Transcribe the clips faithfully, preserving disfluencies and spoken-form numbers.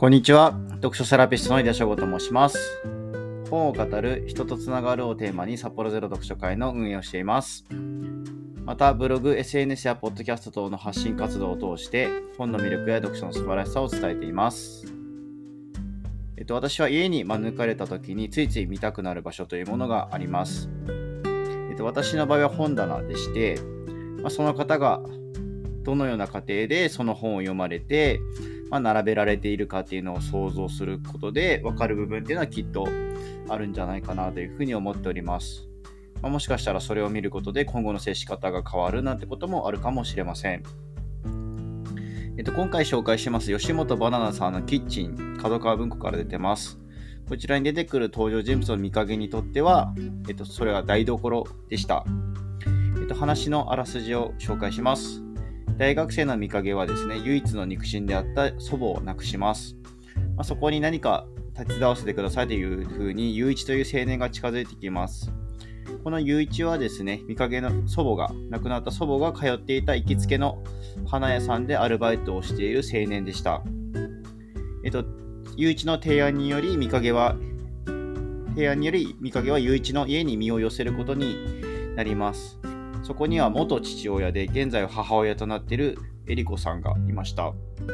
こんにちは。読書セラピストの井田翔吾と申します。本を語る人とつながるをテーマに札幌ゼロ読書会の運営をしています。またブログ、エスエヌエス やポッドキャスト等の発信活動を通して本の魅力や読書の素晴らしさを伝えています。えっと、私は家に招かれた時についつい見たくなる場所というものがあります。えっと、私の場合は本棚でして、まあ、その方がどのような過程でその本を読まれて、まあ、並べられているかっていうのを想像することで分かる部分っていうのはきっとあるんじゃないかなというふうに思っております。まあ、もしかしたらそれを見ることで今後の接し方が変わるなんてこともあるかもしれません。えっと、今回紹介します吉本ばななさんのキッチン、角川文庫から出てます。こちらに出てくる登場人物の見影にとっては、えっと、それは台所でした。えっと、話のあらすじを紹介します。大学生の見影はですね、唯一の肉親であった祖母を亡くします。まあ、そこに何か手伝わせてくださいというふうに雄一という青年が近づいてきます。この雄一はですね、見影の祖母が、亡くなった祖母が通っていた行きつけの花屋さんでアルバイトをしている青年でした。えっと、雄一の提案により見影は、提案により見影は雄一の家に身を寄せることになります。そこには元父親で現在は母親となっているエリコさんがいました。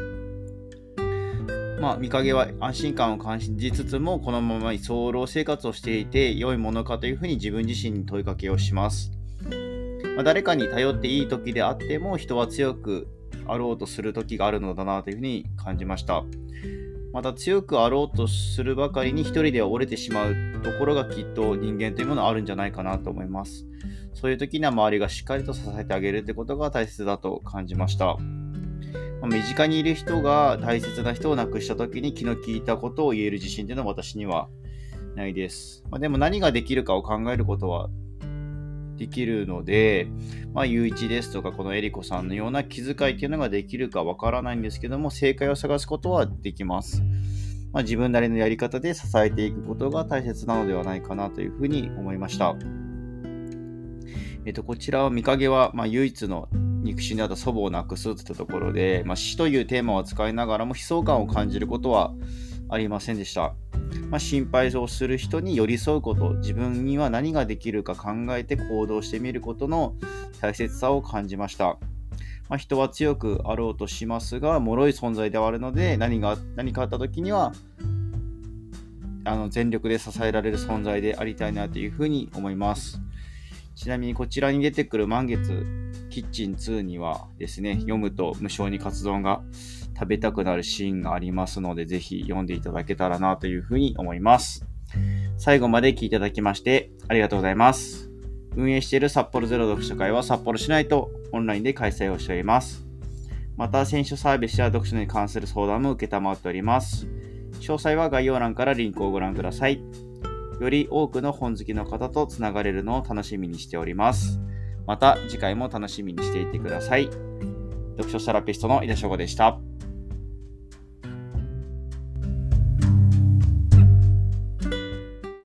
まあ、見影は安心感を感じつつもこのまま居候生活をしていて良いものかというふうに自分自身に問いかけをします。まあ、誰かに頼っていい時であっても人は強くあろうとする時があるのだなというふうに感じました。また強くあろうとするばかりに一人では折れてしまうところがきっと人間というものはあるんじゃないかなと思います。そういう時には周りがしっかりと支えてあげるということが大切だと感じました。まあ、身近にいる人が大切な人を亡くした時に気の利いたことを言える自信というのは私にはないです。まあ、でも何ができるかを考えることはできるので、まあ、雄一ですとかこのエリコさんのような気遣いというのができるかわからないんですけども、正解を探すことはできます。まあ、自分なりのやり方で支えていくことが大切なのではないかなというふうに思いました。えっと、こちらは見影は、まあ、唯一の肉親であった祖母を亡くすといったところで、まあ、死というテーマを使いながらも悲壮感を感じることはありませんでした。まあ、心配をする人に寄り添うこと、自分には何ができるか考えて行動してみることの大切さを感じました。まあ、人は強くあろうとしますが、脆い存在ではあるので、何が何かあった時にはあの全力で支えられる存在でありたいなというふうに思います。ちなみにこちらに出てくる満月キッチンツーにはですね、読むと無性にカツ丼が食べたくなるシーンがありますので、ぜひ読んでいただけたらなというふうに思います。最後まで聞いていただきましてありがとうございます。運営している札幌ゼロ読書会は札幌市内とオンラインで開催をしております。また選書サービスや読書に関する相談も受けたまっております。詳細は概要欄からリンクをご覧ください。より多くの本好きの方とつながれるのを楽しみにしております。また次回も楽しみにしていてください。読書セラピストの井田翔吾でした。